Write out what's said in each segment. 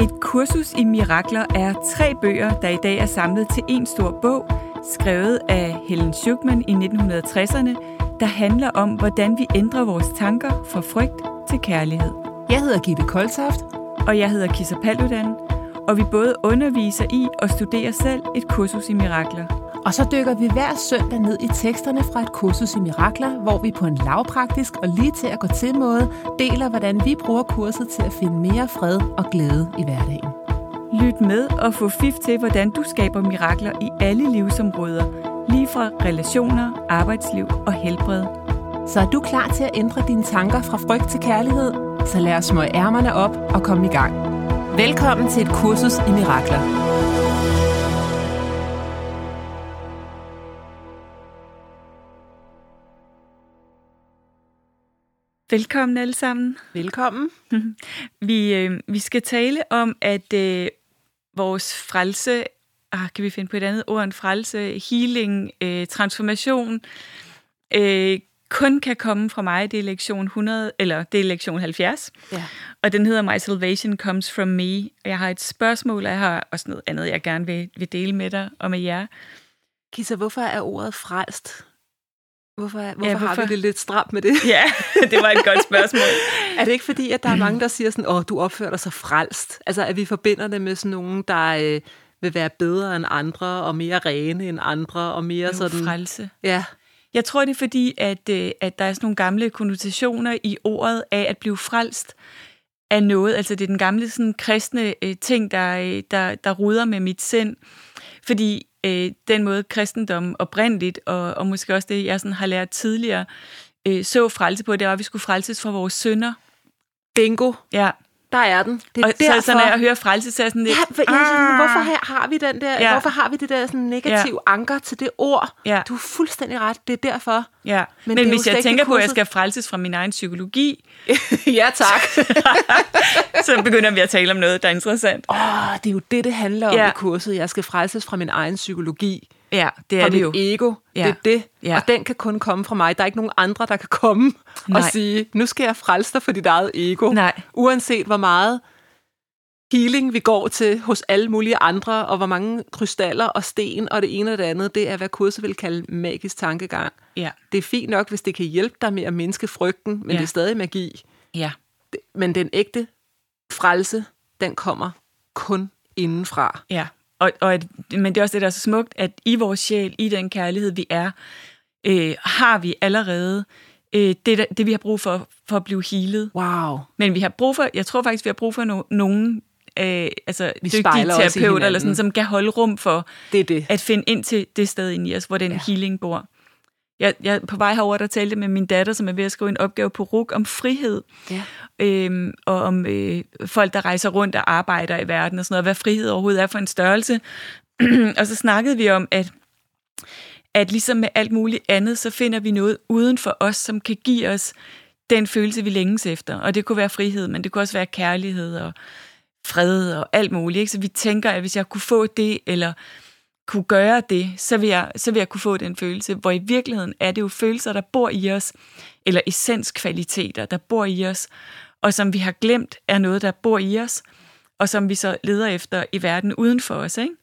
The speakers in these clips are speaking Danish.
Et kursus i mirakler er 3 bøger, der i dag er samlet til en stor bog, skrevet af Helen Schucman i 1960'erne, der handler om, hvordan vi ændrer vores tanker fra frygt til kærlighed. Jeg hedder Gitte Koltoft. Og jeg hedder Kisser Paludan, og vi både underviser i og studerer selv et kursus i mirakler. Og så dykker vi hver søndag ned i teksterne fra et kursus i mirakler, hvor vi på en lavpraktisk og lige til at gå til måde deler, hvordan vi bruger kurset til at finde mere fred og glæde i hverdagen. Lyt med og få fif til, hvordan du skaber mirakler i alle livsområder, lige fra relationer, arbejdsliv og helbred. Så er du klar til at ændre dine tanker fra frygt til kærlighed? Så lad os smøge ærmerne op og komme i gang. Velkommen til et kursus i mirakler. Velkommen alle sammen. Velkommen. Vi skal tale om, at vores frelse, kan vi finde på et andet ord end frelse, healing, transformation, kun kan komme fra mig. Det er lektion 100, eller det er lektion 70. Ja. Og den hedder My Salvation Comes From Me. Og jeg har et spørgsmål, og jeg har også noget andet, jeg gerne vil dele med dig og med jer. Kisser, hvorfor er ordet frelst? Hvorfor har vi det lidt stramt med det? Ja, det var et godt spørgsmål. Er det ikke fordi, at der er mange, der siger sådan, du opfører dig så frelst? Altså, at vi forbinder det med sådan nogen, der vil være bedre end andre, og mere rene end andre, og mere sådan... frelse. Ja. Jeg tror, det er fordi, at der er sådan nogle gamle konnotationer i ordet af at blive frelst af noget. Altså, det er den gamle sådan, kristne ting, der ruder med mit sind. Fordi den måde kristendom oprindeligt, og måske også det, jeg sådan har lært tidligere, så frelse på, det var, at vi skulle frelses fra vores synder. Bingo. Ja. Der er den. Det er og derfor... så når jeg hører frelse, så er jeg sådan lidt... Hvorfor har vi den der... Ja. Hvorfor har vi det der sådan negative anker til det ord? Ja. Du er fuldstændig ret. Det er derfor. Ja. Men hvis jeg tænker på, at jeg skal frelses fra min egen psykologi... ja, tak. så begynder vi at tale om noget, der er interessant. Det er jo det handler om i kurset. Jeg skal frelses fra min egen psykologi. Ja, det er fra det jo. Fra mit ego. Ja. Det er det. Ja. Og den kan kun komme fra mig. Der er ikke nogen andre, der kan komme og sige, nu skal jeg frelse dig for dit eget ego. Nej. Uanset hvor meget healing vi går til hos alle mulige andre, og hvor mange krystaller og sten og det ene og det andet, det er, hvad kurset vil kalde magisk tankegang. Ja. Det er fint nok, hvis det kan hjælpe dig med at mindske frygten, men det er stadig magi. Ja. Men den ægte frelse, den kommer kun indenfra. Ja. Men det er også det, der er så smukt, at i vores sjæl, i den kærlighed, vi er, har vi allerede det vi har brug for at blive healet. Wow. Men vi har brug for, jeg tror faktisk, vi har brug for nogen dygtige terapeuter, eller sådan, som kan holde rum for at finde ind til det sted inde i os, hvor den healing bor. Jeg på vej herover, der talte med min datter, som er ved at skrive en opgave på RUC om frihed, og om folk, der rejser rundt og arbejder i verden, og sådan noget, hvad frihed overhovedet er for en størrelse. Og så snakkede vi om, at ligesom med alt muligt andet, så finder vi noget uden for os, som kan give os den følelse, vi længes efter. Og det kunne være frihed, men det kunne også være kærlighed og fred og alt muligt. Ikke? Så vi tænker, at hvis jeg kunne få det, eller kunne gøre det, så vil jeg kunne få den følelse, hvor i virkeligheden er det jo følelser, der bor i os, eller essenskvaliteter, der bor i os, og som vi har glemt, er noget, der bor i os, og som vi så leder efter i verden uden for os, ikke?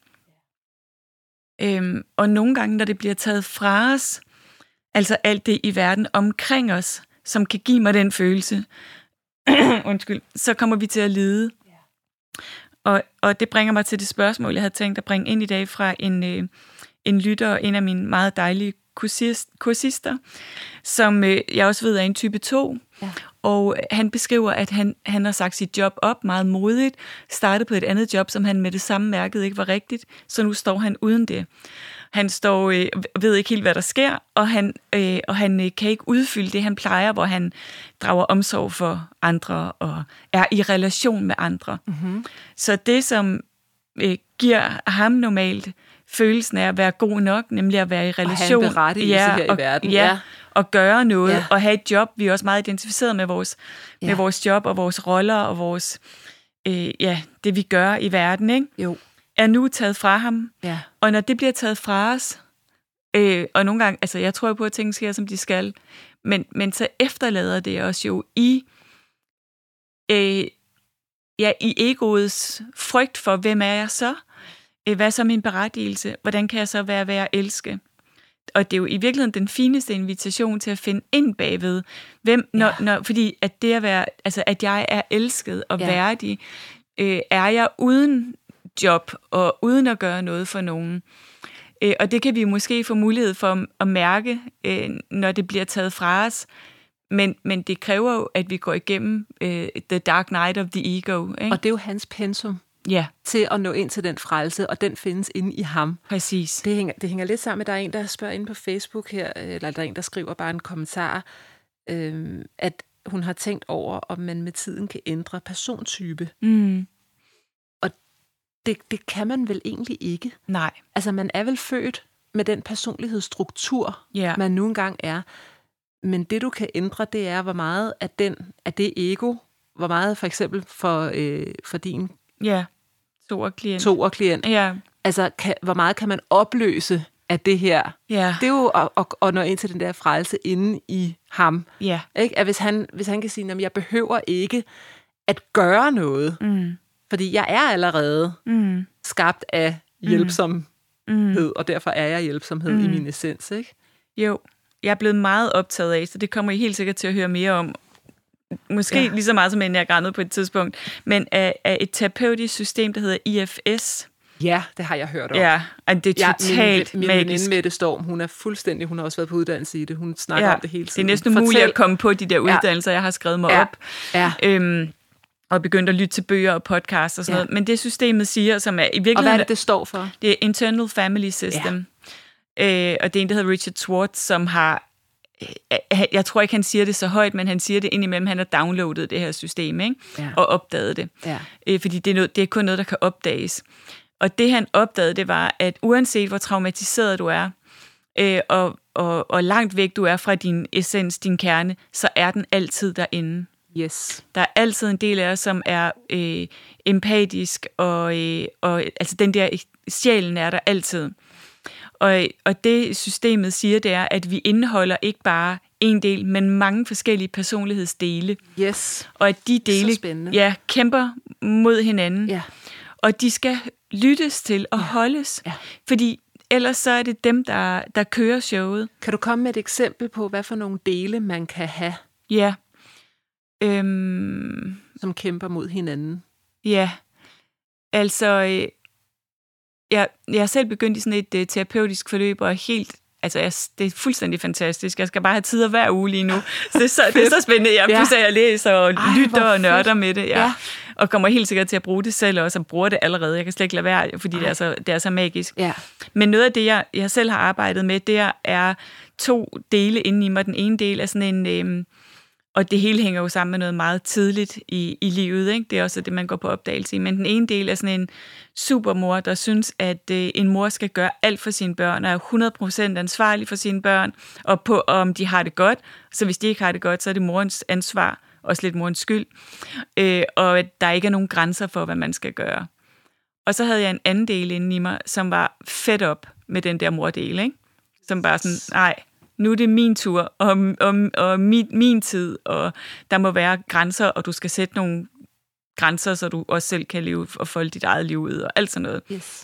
Og nogle gange, når det bliver taget fra os, altså alt det i verden omkring os, som kan give mig den følelse, så kommer vi til at lide. Og det bringer mig til det spørgsmål, jeg havde tænkt at bringe ind i dag fra en lytter, en af mine meget dejlige kursister, som jeg også ved er en type 2. Ja. Og han beskriver, at han har sagt sit job op meget modigt, startede på et andet job, som han med det samme mærkede ikke var rigtigt, så nu står han uden det. Han ved ikke helt, hvad der sker, og han kan ikke udfylde det, han plejer, hvor han drager omsorg for andre og er i relation med andre. Mm-hmm. Så det, som giver ham normalt følelsen af at være god nok, nemlig at være i relation. Og have en berettigelse her i verden. Ja, og gøre noget, og have et job. Vi er også meget identificeret med vores job og vores roller og vores, det vi gør i verden, ikke? Jo. Er nu taget fra ham. Ja. Og når det bliver taget fra os, og nogle gange, altså jeg tror på, at ting sker, som de skal, men så efterlader det os jo i i egoets frygt for, hvem er jeg så? Hvad er så min berettigelse? Hvordan kan jeg så være værd at elske? Og det er jo i virkeligheden den fineste invitation til at finde ind bagved, fordi at det at være, altså at jeg er elsket og værdig, er jeg uden job og uden at gøre noget for nogen. Og det kan vi måske få mulighed for at mærke, når det bliver taget fra os. Men det kræver jo, at vi går igennem the dark night of the ego. Ikke? Og det er jo hans pensum til at nå ind til den frelse, og den findes inde i ham. Præcis. Det hænger lidt sammen med, der er en, der spørger inde på Facebook her, eller der er en, der skriver bare en kommentar, at hun har tænkt over, om man med tiden kan ændre persontype. Mm. Og det kan man vel egentlig ikke. Nej. Altså, man er vel født med den personlighedsstruktur, man nu engang er. Men det, du kan ændre, det er, hvor meget af det ego, hvor meget for eksempel for din toer-klient. Ja. Altså, hvor meget kan man opløse af det her? Ja. Det er jo at nå ind til den der frelse inde i ham. Ja. Ikke? At hvis han kan sige, at jeg behøver ikke at gøre noget, fordi jeg er allerede skabt af hjælpsomhed, og derfor er jeg hjælpsomhed i min essens, ikke? Jo. Jeg er blevet meget optaget af, så det kommer I helt sikkert til at høre mere om. Måske lige så meget som enneagrammet på et tidspunkt, men af et terapeutisk system, der hedder IFS. Ja, det har jeg hørt om. Ja, og det er totalt min magisk. Min Mette Storm, hun har også været på uddannelse i det. Hun snakker om det hele tiden. Det er næsten umuligt at komme på de der uddannelser, jeg har skrevet mig op. Ja. Og begyndt at lytte til bøger og podcasts og sådan noget. Men det systemet siger, som er i virkeligheden... Og hvad er det står for? Det er Internal Family System. Ja. Og det er en, der hedder Richard Schwartz, som har... Jeg tror ikke, han siger det så højt, men han siger det indimellem, han har downloadet det her system, ikke? Ja. Og opdaget det. Ja. Fordi det er kun noget, der kan opdages. Og det, han opdagede, det var, at uanset hvor traumatiseret du er, og langt væk du er fra din essens, din kerne, så er den altid derinde. Yes. Der er altid en del af os, som er empatisk, og altså den der sjælen er der altid. Og det systemet siger, det er, at vi indeholder ikke bare en del, men mange forskellige personlighedsdele. Yes. Og at de dele kæmper mod hinanden. Ja. Og de skal lyttes til og holdes. Ja. Fordi ellers så er det dem, der kører showet. Kan du komme med et eksempel på, hvad for nogle dele man kan have? Ja. Som kæmper mod hinanden? Ja. Altså... Jeg er selv begyndt i sådan et terapeutisk forløb, og det er fuldstændig fantastisk. Jeg skal bare have tider hver uge lige nu. Så det er så spændende. Jeg læser og lytter og nørder med det. Ja. Og kommer helt sikkert til at bruge det selv også, og bruger det allerede. Jeg kan slet ikke lade være, fordi det er så magisk. Ja. Men noget af det, jeg selv har arbejdet med, det er 2 dele inde i mig. Den ene del er sådan en... Og det hele hænger jo sammen med noget meget tidligt i livet, ikke? Det er også det, man går på opdagelse i. Men den ene del er sådan en supermor, der synes, at en mor skal gøre alt for sine børn, og er 100% ansvarlig for sine børn, og på om de har det godt. Så hvis de ikke har det godt, så er det morens ansvar, også lidt morens skyld. Og at der ikke er nogen grænser for, hvad man skal gøre. Og så havde jeg en anden del inde i mig, som var fed op med den der mordel, ikke? Som bare sådan, nej, nu er det min tur, og min tid, og der må være grænser, og du skal sætte nogle grænser, så du også selv kan leve og folde dit eget liv ud, og alt sådan noget. Yes.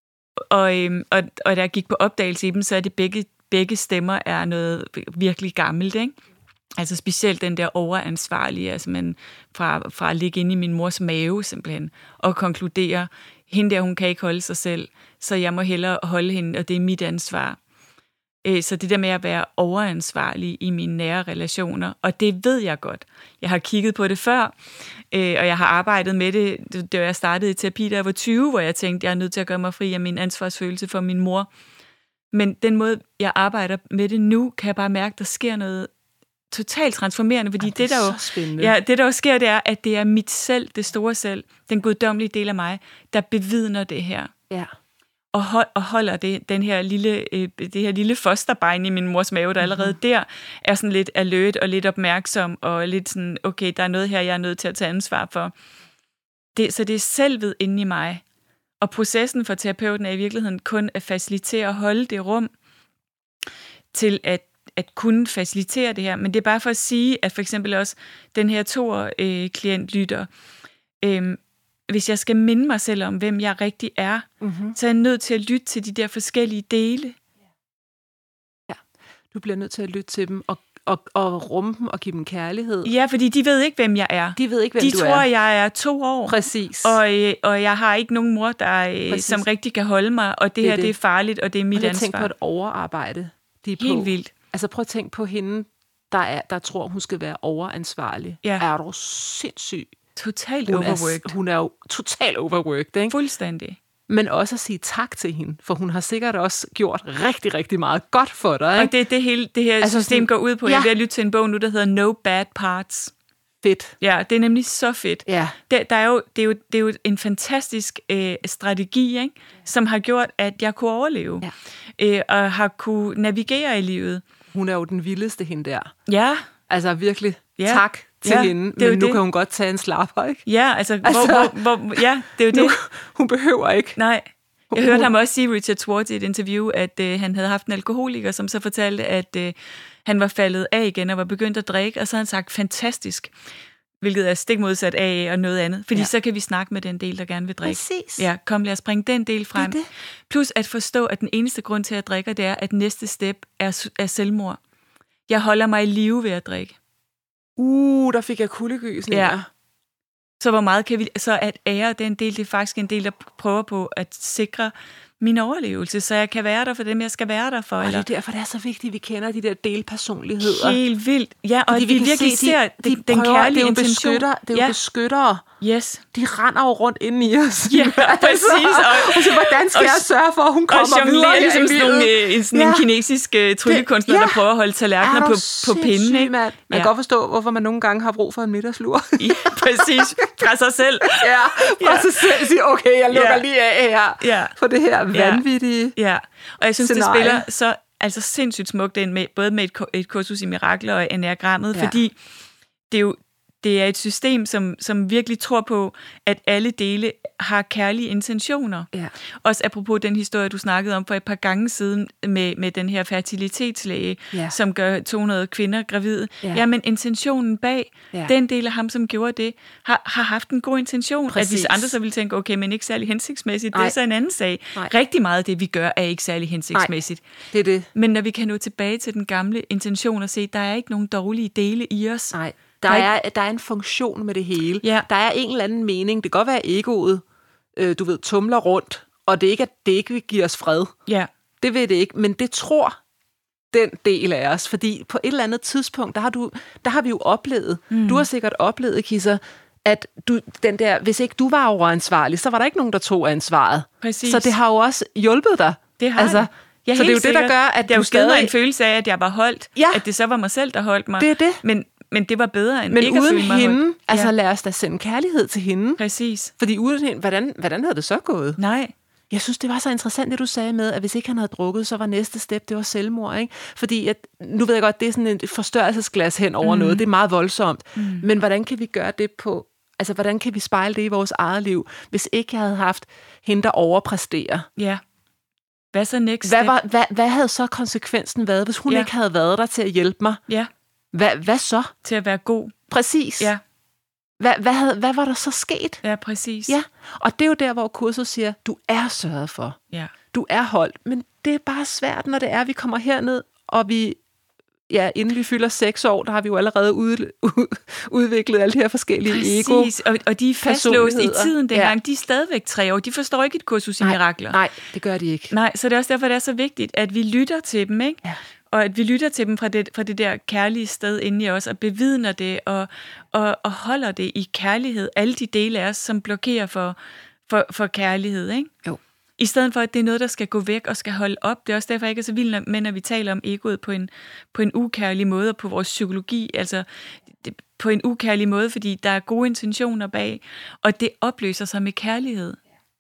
Og da jeg gik på opdagelse i dem, så er det begge stemmer er noget virkelig gammelt, ikke? Altså specielt den der overansvarlige, altså man fra at ligge inde i min mors mave simpelthen, og konkludere, hende der, hun kan ikke holde sig selv, så jeg må hellere holde hende, og det er mit ansvar. Så det der med at være overansvarlig i mine nære relationer, og det ved jeg godt. Jeg har kigget på det før, og jeg har arbejdet med det, da jeg startede i terapi, da jeg var 20, hvor jeg tænkte, jeg er nødt til at gøre mig fri af min ansvarsfølelse for min mor. Men den måde, jeg arbejder med det nu, kan jeg bare mærke, der sker noget totalt transformerende, fordi det der jo sker, det er, at det er mit selv, det store selv, den guddommelige del af mig, der bevidner det her. Ja. Og holder det her lille fosterbein i min mors mave, der allerede der er sådan lidt alert og lidt opmærksom, og lidt sådan, okay, der er noget her, jeg er nødt til at tage ansvar for. Så det er selvet inde i mig. Og processen for terapeuten er i virkeligheden kun at facilitere og holde det rum til at kunne facilitere det her. Men det er bare for at sige, at for eksempel også den her Thor-klient lytter, hvis jeg skal minde mig selv om, hvem jeg rigtig er, så er jeg nødt til at lytte til de der forskellige dele. Ja, du bliver nødt til at lytte til dem og rumme dem og give dem kærlighed. Ja, fordi de ved ikke, hvem jeg er. De ved ikke, hvem du er. De tror, jeg er 2 år. Præcis. Og jeg har ikke nogen mor, som rigtig kan holde mig, og det her, det er farligt, og det er mit ansvar. Tænk på et overarbejde. De er helt på. Vildt. Altså prøv at tænke på hende, der tror, hun skal være overansvarlig. Ja. Er du sindssyg? Totalt overworked. Hun er jo totalt overworked, ikke? Fuldstændig. Men også at sige tak til hende, for hun har sikkert også gjort rigtig, rigtig meget godt for dig. Ikke? Og det er det hele det her system går ud på. Jeg er ved at lytte til en bog nu, der hedder No Bad Parts. Fedt. Ja, det er nemlig så fedt. Ja. Det er jo en fantastisk strategi, ikke? Som har gjort, at jeg kunne overleve. Ja. Og har kunne navigere i livet. Hun er jo den vildeste, hende der. Ja. Altså virkelig tak til hende, men nu kan hun godt tage en slapper, ikke? Ja, altså det er jo det. Hun behøver ikke. Nej. Jeg hørte ham også sige, Richard Schwartz, i et interview, at han havde haft en alkoholiker, som så fortalte, at han var faldet af igen og var begyndt at drikke, og så havde han sagt, fantastisk, hvilket er stik modsat af og noget andet, fordi så kan vi snakke med den del, der gerne vil drikke. Præcis. Ja, kom, lad os bringe den del frem. Det. Plus at forstå, at den eneste grund til, at jeg drikker, det er, at næste step er selvmord. Jeg holder mig i live ved at drikke. Der fik jeg kuldegysninger. Ja. Så hvor meget kan vi... Så at ære den del, det er faktisk en del, der prøver på at sikre min overlevelse, så jeg kan være der for dem, jeg skal være der for. Og det er derfor, det er så vigtigt, at vi kender de der delpersonligheder. Helt vildt. Ja, og vi virkelig ser den kærlige intention. Det er jo beskyttere. Yes. De render jo rundt inde i os. Ja, præcis. Og så, hvordan skal jeg sørge for, at hun kommer videre? Og ligesom sådan en kinesisk tryllekunstner, der prøver at holde tallerkener på pinden. Ikke? Man kan godt forstå, hvorfor man nogle gange har brug for en middagslur. Ja, præcis. Fra sig selv. Fra sig selv. Sige, okay, jeg lukker lige af her. For det her vanvittige og jeg synes, scenarie. Det spiller så sindssygt smukt ind med, både med et kursus i mirakler og enneagrammet, fordi det er et system, som virkelig tror på, at alle dele har kærlige intentioner. Ja. Også apropos den historie, du snakkede om for et par gange siden med den her fertilitetslæge, som gør 200 kvinder gravide. Ja. Jamen, intentionen bag den del af ham, som gjorde det, har haft en god intention. Præcis. At hvis andre så ville tænke, okay, men ikke særlig hensigtsmæssigt, det er så en anden sag. Nej. Rigtig meget af det, vi gør, er ikke særlig hensigtsmæssigt. Det er det. Men når vi kan nå tilbage til den gamle intention og se, der er ikke nogen dårlige dele i os. Nej. Der er en funktion med det hele. Ja. Der er en eller anden mening. Det kan godt være, egoet, tumler rundt, og det ikke vil give os fred. Ja. Det vil det ikke, men det tror den del af os, fordi på et eller andet tidspunkt, der har vi jo oplevet, du har sikkert oplevet, Kisser, at hvis ikke du var overansvarlig, så var der ikke nogen, der tog ansvaret. Præcis. Så det har jo også hjulpet dig. Det har det. Ja, så det er jo det, der gør, at det har jo givet mig en følelse af, at jeg var holdt, at det så var mig selv, der holdt mig. Det er det. Men det var bedre end ikke at føle mig hende, holdt. altså lad os da sende kærlighed til hende. Præcis. Fordi uden hende, hvordan havde det så gået? Nej. Jeg synes, det var så interessant, det du sagde med, at hvis ikke han havde drukket, så var næste step, det var selvmord, ikke? Fordi, nu ved jeg godt, det er sådan et forstørrelsesglas hen over noget, det er meget voldsomt. Men hvordan kan vi gøre det på, altså hvordan kan vi spejle det i vores eget liv, hvis ikke jeg havde haft hende, der overpræsterer? Ja. Hvad så next step? Hvad havde så konsekvensen været, hvis hun ikke havde været der til at hjælpe mig? Ja. Hvad så? Til at være god. Præcis. Ja. Hvad var der så sket? Ja, præcis. Ja, og det er jo der, hvor kurset siger, du er sørget for. Ja. Du er holdt, men det er bare svært, når det er, vi kommer herned, og inden vi fylder 6 år, der har vi jo allerede udviklet alle de her forskellige ego. Præcis, og de er fastlåst i tiden dengang. De er stadigvæk 3 år. De forstår ikke et kursus i mirakler. Nej, det gør de ikke. Nej, så det er også derfor, det er så vigtigt, at vi lytter til dem, ikke? Ja. Og at vi lytter til dem fra det der kærlige sted inde i os, og bevidner det, og holder det i kærlighed. Alle de dele af os, som blokerer for kærlighed, ikke? Jo. I stedet for, at det er noget, der skal gå væk og skal holde op. Det er også derfor, jeg ikke er så vild med, når vi taler om egoet på en ukærlig måde, og på vores psykologi, altså på en ukærlig måde, fordi der er gode intentioner bag, og det opløser sig med kærlighed.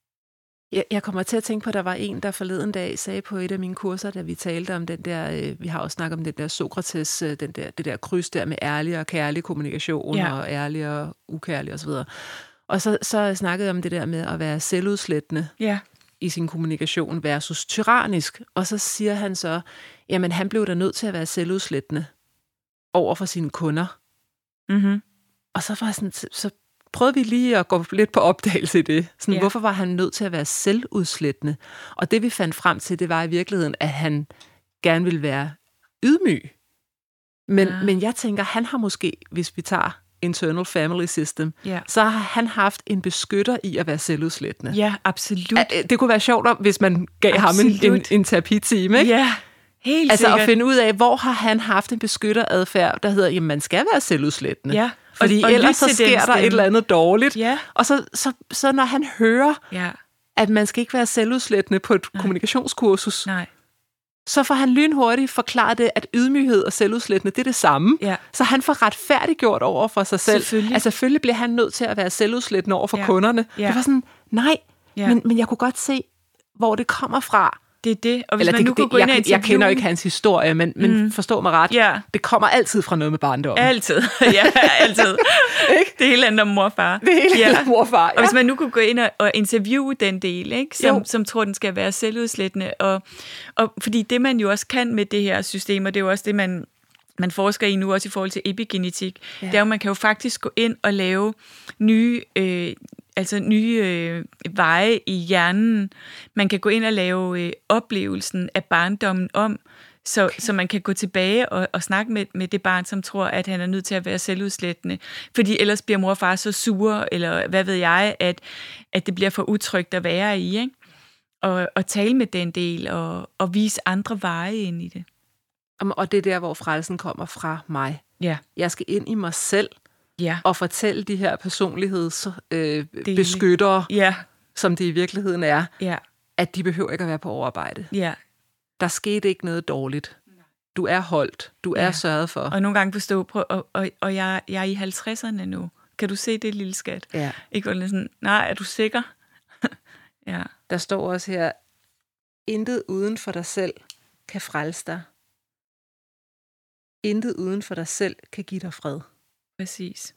Jeg kommer til at tænke på, at der var en, der forleden dag sagde på et af mine kurser, da vi talte om den der, vi har også snakket om den der Sokrates, det der kryds der med ærlig og kærlig kommunikation, og ærlig og ukærlig osv. Og så snakkede jeg om det der med at være selvudslættende i sin kommunikation versus tyrannisk. Og så siger han så, jamen han blev da nødt til at være selvudslættende over for sine kunder. Mm-hmm. Og så var sådan, så prøvede vi lige at gå lidt på opdagelse i det. Sådan, hvorfor var han nødt til at være selvudslættende? Og det vi fandt frem til, det var i virkeligheden, at han gerne ville være ydmyg. Men jeg tænker, han har måske, hvis vi tager internal family system, så har han haft en beskytter i at være selvudslættende. Ja, absolut. Det kunne være sjovt, hvis man gav ham en terapitime, ikke? Ja, helt altså sikkert. At finde ud af, hvor har han haft en beskytteradfærd, der hedder, jamen man skal være selvudslættende. Ja. Fordi ellers så sker der et eller andet dårligt. Ja. Og så når han hører, at man skal ikke være selvudslættende på et kommunikationskursus, så får han lynhurtigt forklaret det, at ydmyghed og selvudslættende, det er det samme. Ja. Så han får retfærdiggjort over for sig selv. Selvfølgelig bliver han nødt til at være selvudslættende over for kunderne. Ja. Det var sådan, nej, men jeg kunne godt se, hvor det kommer fra. Det er det. Og hvis man nu kunne gå ind og jeg kender ikke hans historie, men forstå mig ret. Ja. Det kommer altid fra noget med barndommen. Altid. Ja, altid. Det hele handler om mor og far. Det hele handler om mor og far, Og hvis man nu kunne gå ind og interviewe den del, ikke, som tror, den skal være selvudslættende. Og fordi det, man jo også kan med det her system, og det er jo også det, man forsker i nu, også i forhold til epigenetik, det er jo, man kan jo faktisk gå ind og lave nye veje i hjernen. Man kan gå ind og lave oplevelsen af barndommen om, så man kan gå tilbage og snakke med det barn, som tror, at han er nødt til at være selvudslættende. Fordi ellers bliver mor og far så sure, eller hvad ved jeg, at det bliver for utrygt at være i, ikke? Og tale med den del, og vise andre veje ind i det. Og det er der, hvor frelsen kommer fra mig. Ja. Jeg skal ind i mig selv, og fortælle de her personlighedsbeskyttere, som det i virkeligheden er, at de behøver ikke at være på overarbejde. Ja. Der skete ikke noget dårligt. Du er holdt. Du er sørget for. Og nogle gange forstå, og jeg er i 50'erne nu. Kan du se det, lille skat? Ja. Ikke sådan, nej, er du sikker? Ja. Der står også her, intet uden for dig selv kan frelse dig. Intet uden for dig selv kan give dig fred. Præcis.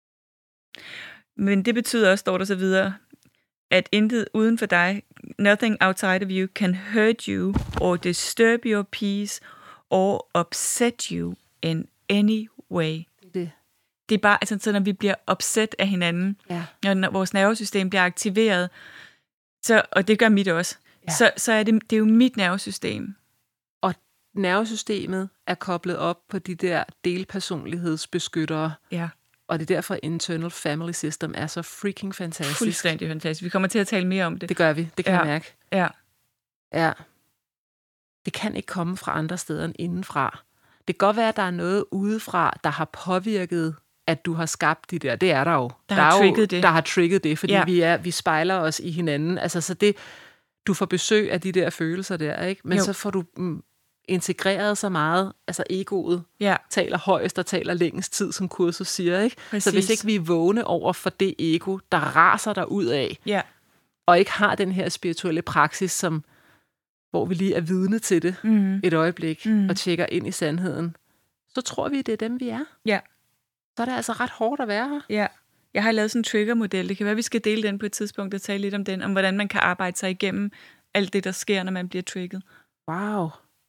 Men det betyder også, står der så videre, at intet uden for dig, nothing outside of you, can hurt you or disturb your peace or upset you in any way. Det er bare, altså, så når vi bliver upset af hinanden, når vores nervesystem bliver aktiveret, og det gør mit også, så er det er jo mit nervesystem. Og nervesystemet er koblet op på de der delpersonlighedsbeskyttere. Ja. Og det er derfor internal family system er så freaking fantastisk. Fuldstændig fantastisk. Vi kommer til at tale mere om det. Det gør vi. Det kan jeg mærke. Ja. Det kan ikke komme fra andre steder end indenfra. Det kan godt være, at der er noget udefra, der har påvirket, at du har skabt de der. Det er der jo. Der har trigget det, fordi vi spejler os i hinanden. Altså, så det, du får besøg af de der følelser der, ikke? Men så får du integreret så meget, altså egoet taler højst og taler længst tid, som kursus siger, ikke? Præcis. Så hvis ikke vi er vågne over for det ego, der raser der ud af, og ikke har den her spirituelle praksis, hvor vi lige er vidne til det et øjeblik, og tjekker ind i sandheden, så tror vi, det er dem, vi er. Ja. Så er det altså ret hårdt at være her. Ja. Jeg har lavet sådan en trigger-model. Det kan være, vi skal dele den på et tidspunkt og tale lidt om den, om hvordan man kan arbejde sig igennem alt det, der sker, når man bliver trigget. Wow.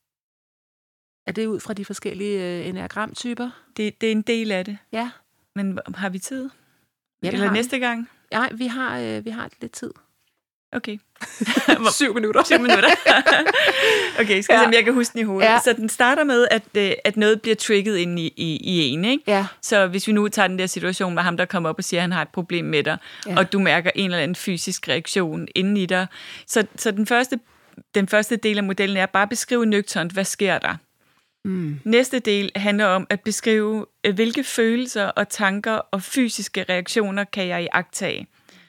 Er det ud fra de forskellige enneagramtyper? Det er en del af det. Ja. Men har vi tid? Ja, eller næste gang? Nej, vi har lidt tid. Okay. 7 minutter. 7 minutter. Okay, skal jeg se, om jeg kan huske den i hovedet. Ja. Så den starter med, at noget bliver trigget ind i en, ikke? Ja. Så hvis vi nu tager den der situation med ham, der kommer op og siger, at han har et problem med dig, og du mærker en eller anden fysisk reaktion inden i dig. Så den første del af modellen er bare at beskrive nøgternt, hvad sker der? Næste del handler om at beskrive, hvilke følelser og tanker og fysiske reaktioner kan jeg iagttage.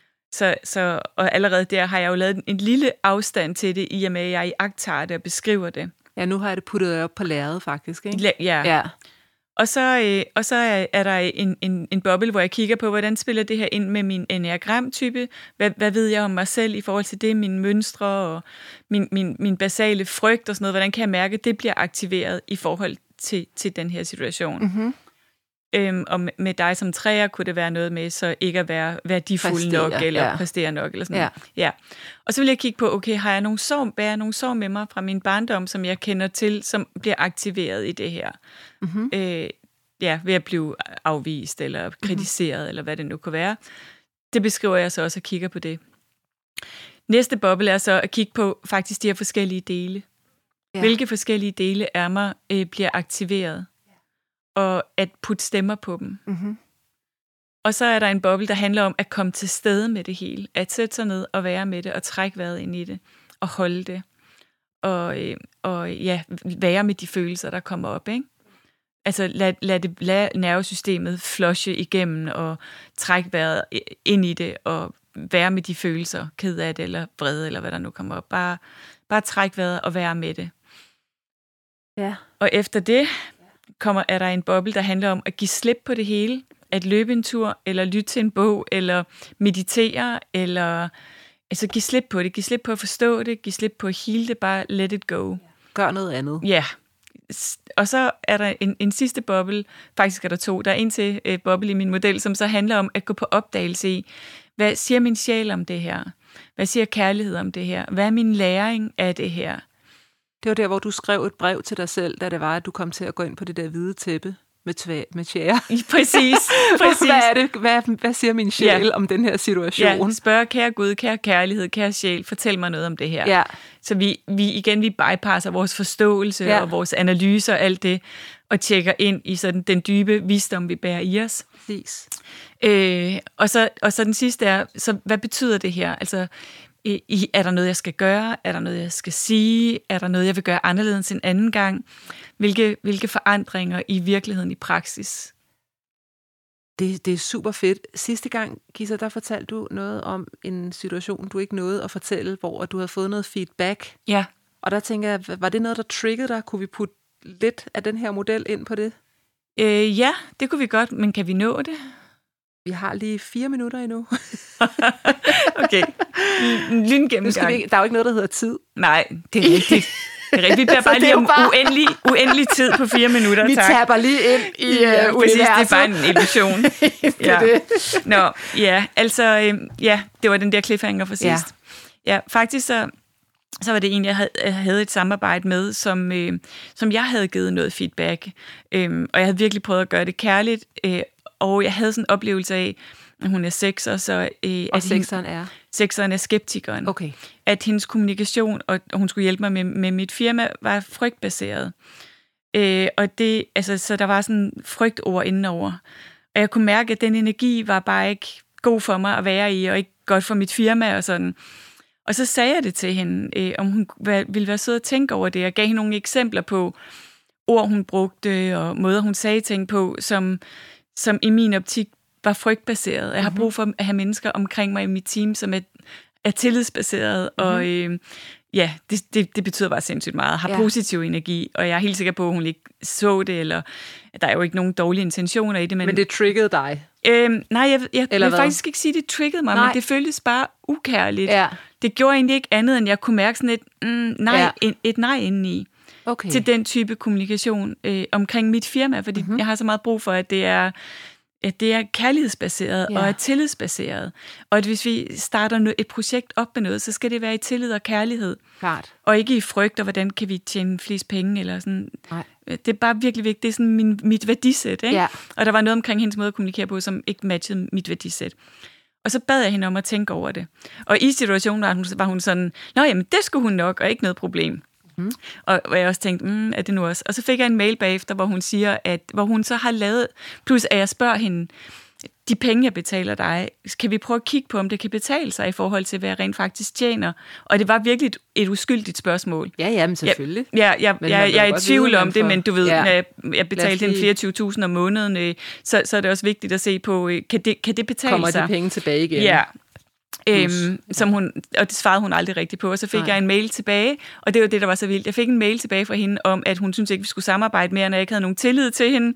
Og allerede der har jeg jo lavet en lille afstand til det, i og med at jeg iagttager det og beskriver det. Ja, nu har jeg det puttet op på lærredet faktisk, ikke? Ja. Og så er der en boble, hvor jeg kigger på, hvordan spiller det her ind med min enneagramtype. Hvad ved jeg om mig selv i forhold til det, mine mønstre og min basale frygt og sådan noget. Hvordan kan jeg mærke, at det bliver aktiveret i forhold til den her situation? Mm-hmm. Og med dig som træer kunne det være noget med, så ikke at være værdifuld nok, eller præstere nok, eller sådan noget. Ja. Og så vil jeg kigge på, okay, har jeg nogle sår med mig fra min barndom, som jeg kender til, som bliver aktiveret i det her? Mm-hmm. ved at blive afvist, eller kritiseret, eller hvad det nu kan være. Det beskriver jeg så også og kigger på det. Næste boble er så at kigge på faktisk de her forskellige dele. Ja. Hvilke forskellige dele af mig bliver aktiveret, og at putte stemmer på dem. Mm-hmm. Og så er der en boble, der handler om at komme til stede med det hele. At sætte sig ned og være med det, og trække vejret ind i det, og holde det. Og være med de følelser, der kommer op, ikke? Altså lad nervesystemet flushe igennem, og trække vejret ind i det, og være med de følelser, ked af det, eller vrede, eller hvad der nu kommer op. Bare trække vejret og være med det. Ja. Og efter det er der en boble, der handler om at give slip på det hele. At løbe en tur, eller lytte til en bog, eller meditere, eller altså give slip på det. Give slip på at forstå det, give slip på at heale det, bare let it go. Gør noget andet. Ja. Og så er der en sidste boble, faktisk er der 2. Der er en til boble i min model, som så handler om at gå på opdagelse i, hvad siger min sjæl om det her? Hvad siger kærlighed om det her? Hvad er min læring af det her? Det var der, hvor du skrev et brev til dig selv, da det var, at du kom til at gå ind på det der hvide tæppe med tjære. Præcis. Hvad er det? Hvad siger min sjæl om den her situation? Ja, spørg, kære Gud, kære kærlighed, kære sjæl, fortæl mig noget om det her. Ja. Så vi bypasser vores forståelse og vores analyser og alt det, og tjekker ind i sådan den dybe visdom, vi bærer i os. Præcis. Og så den sidste er, så hvad betyder det her? Altså, er der noget, jeg skal gøre? Er der noget, jeg skal sige? Er der noget, jeg vil gøre anderledes en anden gang? Hvilke forandringer i virkeligheden, i praksis? Det er super fedt. Sidste gang, Ghita, der fortalte du noget om en situation, du ikke nåede at fortælle, hvor du havde fået noget feedback. Ja. Og der tænker jeg, var det noget, der triggede dig? Kunne vi putte lidt af den her model ind på det? Ja, det kunne vi godt, men kan vi nå det? Vi har lige 4 minutter endnu. Okay. Lyngennemgang. Der er jo ikke noget, der hedder tid. Nej, det er rigtigt. Vi bliver bare lige om uendelig tid på 4 minutter. Vi taber lige ind i universet. Det er bare en illusion. Nå, altså, det var den der cliffhanger for sidst. Ja, faktisk så var det en, jeg havde et samarbejde med, som jeg havde givet noget feedback. Og jeg havde virkelig prøvet at gøre det kærligt, og jeg havde sådan en oplevelse af, at hun er 6'er, så... og 6'eren er? 6'eren er skeptikeren. Okay. At hendes kommunikation, og hun skulle hjælpe mig med mit firma, var frygtbaseret. Og det, altså, så der var sådan frygtord indenover. Og jeg kunne mærke, at den energi var bare ikke god for mig at være i, og ikke godt for mit firma og sådan. Og så sagde jeg det til hende, om hun ville være sød at tænke over det. Jeg gav hende nogle eksempler på ord, hun brugte, og måder, hun sagde ting på, som i min optik var frygtbaseret. Jeg har brug for at have mennesker omkring mig i mit team, som er tillidsbaseret, og det betyder bare sindssygt meget. Har positiv energi, og jeg er helt sikker på, at hun ikke så det, eller der er jo ikke nogen dårlige intentioner i det. Men det triggede dig? Nej, jeg vil faktisk ikke sige, at det triggede mig, men det føltes bare ukærligt. Ja. Det gjorde egentlig ikke andet, end jeg kunne mærke sådan et nej indeni. Okay. Til den type kommunikation omkring mit firma, fordi jeg har så meget brug for, at det er kærlighedsbaseret og er tillidsbaseret. Og at hvis vi starter et projekt op med noget, så skal det være i tillid og kærlighed. Klart. Og ikke i frygt, og hvordan kan vi tjene flest penge, eller sådan. Nej. Det er bare virkelig vigtigt. Det er sådan mit værdisæt, ikke? Ja. Og der var noget omkring hendes måde at kommunikere på, som ikke matchede mit værdisæt. Og så bad jeg hende om at tænke over det. Og i situationen var hun sådan, nå jamen, det skulle hun nok, og ikke noget problem. Og jeg også tænkte, er det nu også? Og så fik jeg en mail bagefter, hvor hun siger, hvor hun så har lavet, plus at jeg spørger hende, de penge, jeg betaler dig, kan vi prøve at kigge på, om det kan betale sig i forhold til, hvad jeg rent faktisk tjener? Og det var virkelig et uskyldigt spørgsmål. Ja, men selvfølgelig. Jeg er i tvivl om det, men du ved, når jeg betalte hende 24.000 om måneden, så er det også vigtigt at se på, kan det betale sig? Kommer de penge tilbage igen? Ja. Og det svarede hun aldrig rigtigt på, og så fik jeg en mail tilbage, og det var det, der var så vildt. Jeg fik en mail tilbage fra hende om, at hun syntes ikke, vi skulle samarbejde mere, når jeg ikke havde nogen tillid til hende.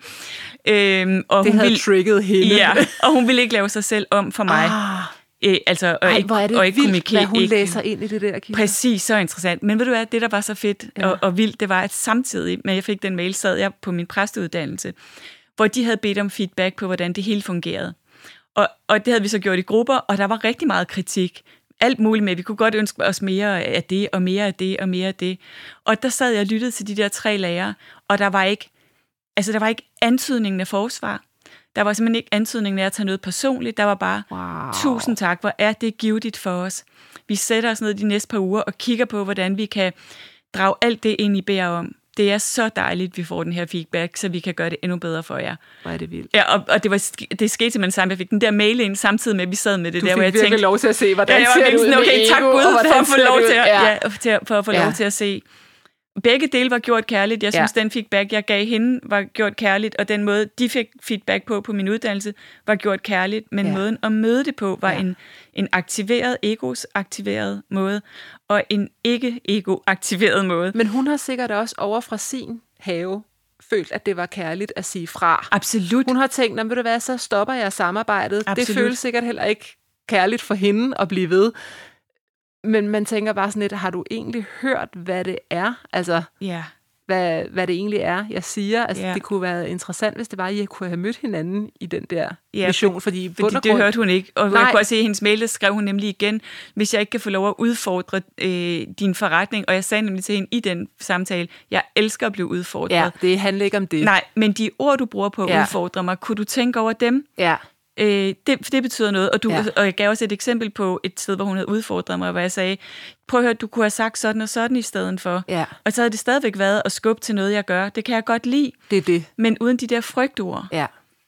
Og det havde trigget hende. Ja, og hun ville ikke lave sig selv om for mig. Hvor er det vildt, hvad hun læser ind i det der. Ghita. Præcis, så interessant. Men ved du hvad, det der var så fedt og vildt, det var, at samtidig med jeg fik den mail, sad jeg på min præsteuddannelse, hvor de havde bedt om feedback på, hvordan det hele fungerede. Og det havde vi så gjort i grupper, og der var rigtig meget kritik. Alt muligt med, vi kunne godt ønske os mere af det, og mere af det, og mere af det. Og der sad jeg og lyttede til de der 3 lærere, og der var ikke, der var ikke antydningen af forsvar. Der var simpelthen ikke antydningen af at tage noget personligt. Der var bare, tusind tak, hvor er det givetigt for os. Vi sætter os ned de næste par uger og kigger på, hvordan vi kan drage alt det ind, I beder om. Det er så dejligt, vi får den her feedback, så vi kan gøre det endnu bedre for jer. Hvor er det vildt. Ja, og det skete simpelthen sammen. Jeg fik den der mail ind samtidig med, at vi sad med det. Du der, hvor jeg tænkte, lov til at se, hvordan ser det ud med okay, ego, tak Gud for at få lov til for at få lov Ja. til at se. Begge dele var gjort kærligt. Jeg synes, den feedback, jeg gav hende, var gjort kærligt, og den måde, de fik feedback på min uddannelse, var gjort kærligt. Men måden at møde det på, var en aktiveret, egos-aktiveret måde, og en ikke-ego-aktiveret måde. Men hun har sikkert også over fra sin have følt, at det var kærligt at sige fra. Absolut. Hun har tænkt, ved du hvad, så stopper jeg samarbejdet. Absolut. Det føles sikkert heller ikke kærligt for hende at blive ved. Men man tænker bare sådan lidt, har du egentlig hørt, hvad det er? Altså, hvad det egentlig er, jeg siger. Altså, det kunne være interessant, hvis det var, at I kunne have mødt hinanden i den der mission. Fordi det hørte hun ikke. Og jeg kunne også se, at hendes mail, der skrev hun nemlig igen, hvis jeg ikke kan få lov at udfordre din forretning. Og jeg sagde nemlig til hende i den samtale, jeg elsker at blive udfordret. Ja, det handler ikke om det. Nej, men de ord, du bruger på at udfordre mig, kunne du tænke over dem? Ja. Det betyder noget, og jeg gav også et eksempel på et sted, hvor hun havde udfordret mig, hvor jeg sagde, prøv at høre, du kunne have sagt sådan og sådan i stedet for. Ja. Og så havde det stadigvæk været at skubbe til noget, jeg gør. Det kan jeg godt lide. Det er det. Men uden de der frygtord. Ja.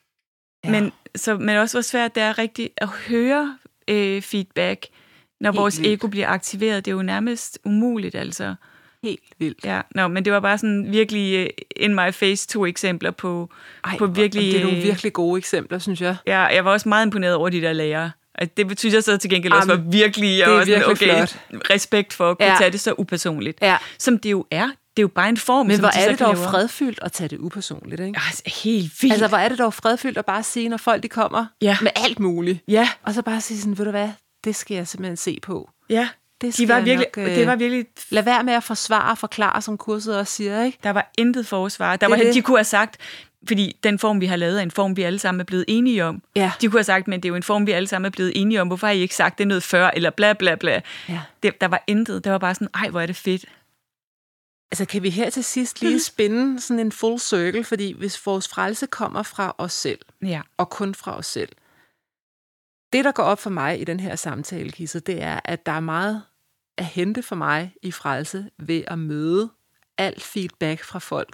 Men også hvor svært det er rigtigt at høre feedback, når vores ego bliver aktiveret. Det er jo nærmest umuligt, altså. Helt vildt. Ja, men det var bare sådan virkelig in my face 2 eksempler på virkelig... Det er nogle virkelig gode eksempler, synes jeg. Ja, jeg var også meget imponeret over de der lærere. Det synes jeg så til gengæld også var virkelig... Det er virkelig flot. Respekt for at kunne tage det så upersonligt. Ja. Som det jo er. Det er jo bare en form, men som hvor er det dog fredfyldt at tage det upersonligt, ikke? Altså, helt vildt. Altså, hvor er det dog fredfyldt at bare sige, når folk de kommer med alt muligt. Ja. Og så bare sige sådan, ved du hvad, det skal jeg simpelthen se på. Ja. Det var virkelig... Lad være med at forsvare og forklare, som kurset også siger, ikke? Der var intet forsvar. De kunne have sagt, fordi den form, vi har lavet, er en form, vi alle sammen er blevet enige om. Ja. De kunne have sagt, men det er jo en form, vi alle sammen er blevet enige om. Hvorfor har I ikke sagt det noget før, eller bla bla bla. Ja. Der var intet. Der var bare sådan, hvor er det fedt. Altså, kan vi her til sidst lige spinde sådan en full circle, fordi hvis vores frelse kommer fra os selv, og kun fra os selv, det, der går op for mig i den her samtale, Kisse, det er, at der er meget at hente for mig i frelse ved at møde alt feedback fra folk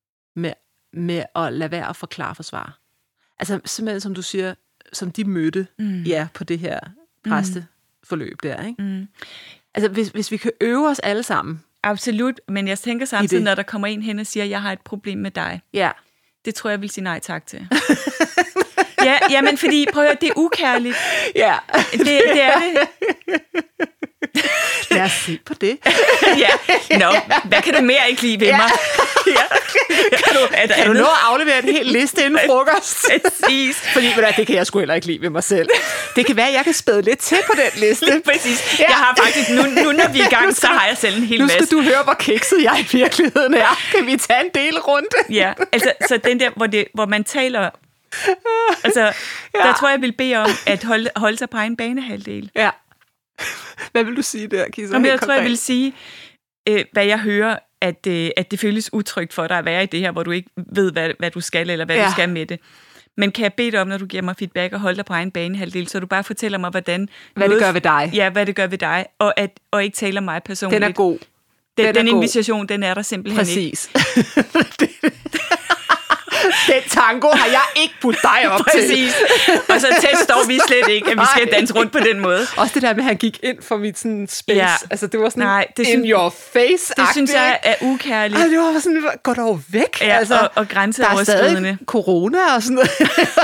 med at lade være at forklare forsvar. Altså simpelthen, som du siger, som de mødte på det her præsteforløb der, ikke? Altså, hvis vi kan øve os alle sammen. Absolut, men jeg tænker samtidig, når der kommer en hen og siger, jeg har et problem med dig. Ja. Det tror jeg vil sige nej tak til. Ja, men fordi, prøv at høre, det er ukærligt. Ja. Det er det. Lad os se på det. Hvad kan du mere ikke lide ved mig? Kan du nå at aflevere en hel liste inden frokost? Præcis. Fordi det kan jeg sgu heller ikke lide ved mig selv. Det kan være, at jeg kan spæde lidt til på den liste. Præcis. Jeg har faktisk, nu når vi er i gang, så har jeg selv en hel masse. Nu skal du høre, hvor kikset jeg i virkeligheden er. Kan vi tage en del rundt? Ja, altså så den der, hvor man taler... Altså, der tror jeg vil bede om at holde sig på egen banehalvdel. Ja. Hvad vil du sige der, Kisse? Jeg tror, jeg vil sige, hvad jeg hører, at det føles utrygt for dig at være i det her, hvor du ikke ved, hvad du skal, eller hvad du skal med det. Men kan jeg bede dig om, når du giver mig feedback, og holde dig på egen banehalvdel, så du bare fortæller mig, hvad det gør ved dig. Ja, hvad det gør ved dig, og ikke taler mig personligt. Den er god. Den invitation, den er der simpelthen Præcis. Ikke. Den tango har jeg ikke puttet dig op til. Præcis. Og så tæt står vi slet ikke, at vi skal danse rundt på den måde. Også det der med, at han gik ind for mit sådan space. Ja. Altså, det var sådan in your face. Det synes jeg er ukærligt. Det var sådan, gå dog væk. Ja, altså, og grænseoverskridende. Der er stadig corona og sådan noget.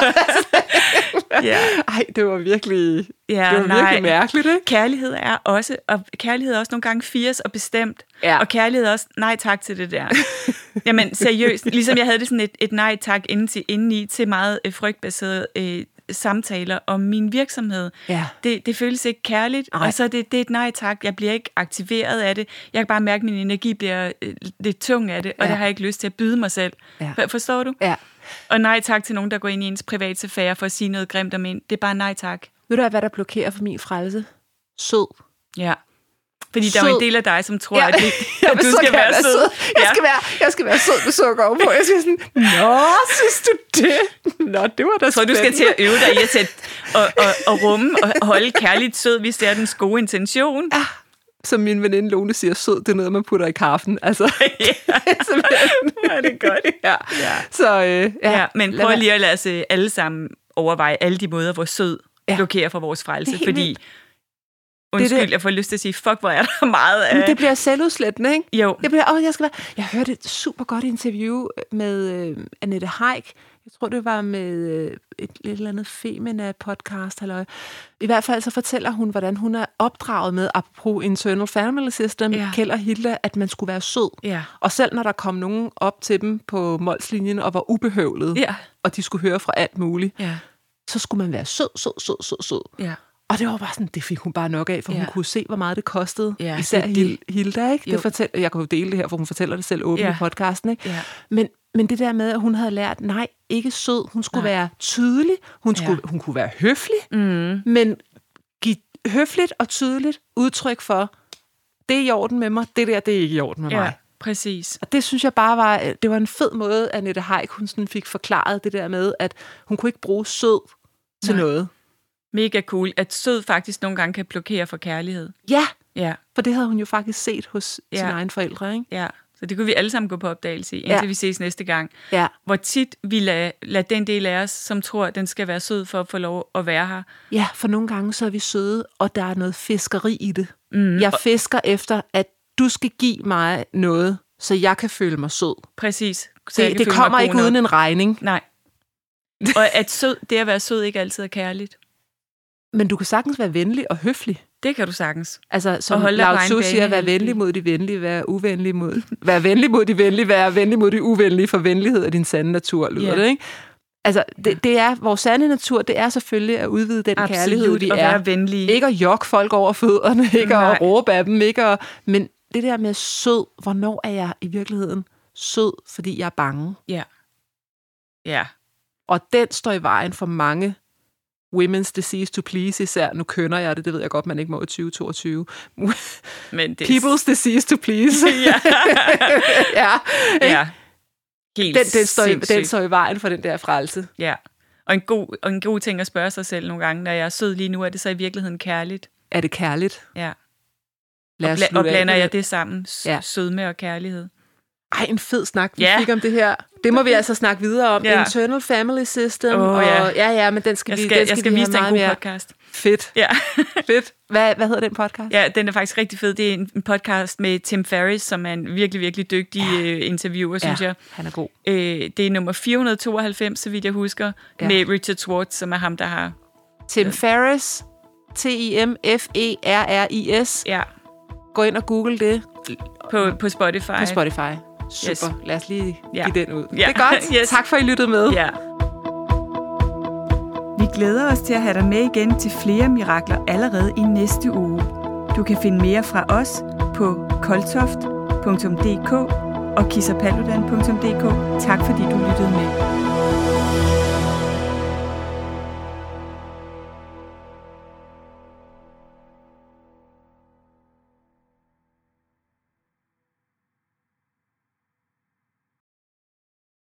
Ej, det var virkelig... Ja, det var virkelig mærkeligt, ikke? Kærlighed er også nogle gange fires og bestemt. Ja. Og kærlighed er også, nej tak til det der. Jamen seriøst, ligesom jeg havde det sådan et nej tak indeni til meget frygtbaserede samtaler om min virksomhed. Ja. Det føles ikke kærligt, og så det er et nej tak. Jeg bliver ikke aktiveret af det. Jeg kan bare mærke, at min energi bliver lidt tung af det, og det har jeg ikke lyst til at byde mig selv. Ja. Forstår du? Ja. Og nej tak til nogen, der går ind i ens privatsfære for at sige noget grimt om en. Det er bare nej tak. Ved du hvad der blokerer for min frelse? Sød. Ja. Fordi der er jo en del af dig, som tror, at du skal være sød. Jeg skal være sød med sukker ovenpå. Jeg siger sådan, nå, synes du det? Nå, det var da spændende. Så du skal til at øve dig i at rumme og holde kærligt sød, hvis det er dens gode intention. Ja. Som min veninde Lone siger, sød, det er noget, man putter i kaffen. Altså, ja, det er godt. Ja. Så, men prøv lige at lade os alle sammen overveje alle de måder, hvor sød blokerer for vores frelse. Fordi, undskyld, jeg får lyst til at sige, fuck, hvor er der meget af... Men det bliver selvudslættende, ikke? Jo. Det bliver, jeg hørte et super godt interview med Annette Haik. Jeg tror, det var med et eller andet Femina-podcast. Eller. I hvert fald så fortæller hun, hvordan hun er opdraget med, apropos Internal Family System, Kjeld og Hilda, at man skulle være sød. Ja. Og selv når der kom nogen op til dem på Molslinjen og var ubehøvlet, og de skulle høre fra alt muligt, så skulle man være sød. Ja. Og det var bare sådan, det fik hun bare nok af, for hun kunne se, hvor meget det kostede. Ja, især Hilda, ikke? Jeg kan jo dele det her, for hun fortæller det selv åbent i podcasten, ikke? Ja. Men det der med, at hun havde lært, nej, ikke sød. Hun skulle være tydelig. Hun kunne være høflig, men give høfligt og tydeligt udtryk for, det er i orden med mig, det er ikke i orden med mig. Præcis. Og det synes jeg bare var en fed måde, at Annette Haik, hun sådan fik forklaret det der med, at hun kunne ikke bruge sød til noget. Mega cool, at sød faktisk nogle gange kan blokere for kærlighed. Ja, for det havde hun jo faktisk set hos sine egne forældre, ikke? Ja, så det kunne vi alle sammen gå på opdagelse i, indtil vi ses næste gang. Ja. Hvor tit vi lader den del af os, som tror, at den skal være sød for at få lov at være her. Ja, for nogle gange så er vi søde, og der er noget fiskeri i det. Jeg fisker efter, at du skal give mig noget, så jeg kan føle mig sød. Præcis. Det kommer ikke uden en regning. Nej. Og at det at være sød ikke altid er kærligt. Men du kan sagtens være venlig og høflig. Det kan du sagtens. Altså, som Lao Tzu siger, vær venlig mod de venlige, vær venlig mod de venlige, vær venlig mod de uvenlige, for venlighed er din sande natur, lyder det, ikke? Altså, det er vores sande natur, det er selvfølgelig at udvide den kærlighed, vi er. Være venlige. Ikke at jokke folk over fødderne, ikke at råbe af dem, men det der med sød, hvornår er jeg i virkeligheden sød, fordi jeg er bange? Ja. Og den står i vejen for mange women's disease to please, især. Nu kønner jeg det ved jeg godt, man ikke må i 2022. Men det... People's disease to please. Ja. Helt den står i vejen for den der frelse. Ja. Og en god ting at spørge sig selv nogle gange, når jeg er sød lige nu, er det så i virkeligheden kærligt? Er det kærligt? Ja. Og blander jeg det sammen? Sødme og kærlighed. Ej, en fed snak, vi fik om det her. Det må vi altså snakke videre om. Internal Family System. Men den skal jeg skal vise dig en god podcast. Fedt. Ja. Fedt. Hvad hedder den podcast? Ja, den er faktisk rigtig fed. Det er en podcast med Tim Ferriss, som er en virkelig, virkelig dygtig interviewer, synes jeg. Han er god. Det er nummer 492, så vidt jeg husker, med Richard Schwartz, som er ham, der har... Tim Ferriss. Timferris. Ja. Gå ind og google det. På Spotify. På Spotify. Super. Yes. Lad os lige give den ud. Ja. Det er godt. Yes. Tak for, at I lyttede med. Ja. Vi glæder os til at have dig med igen til flere mirakler allerede i næste uge. Du kan finde mere fra os på koltoft.dk og kissapaludan.dk. Tak fordi du lyttede med.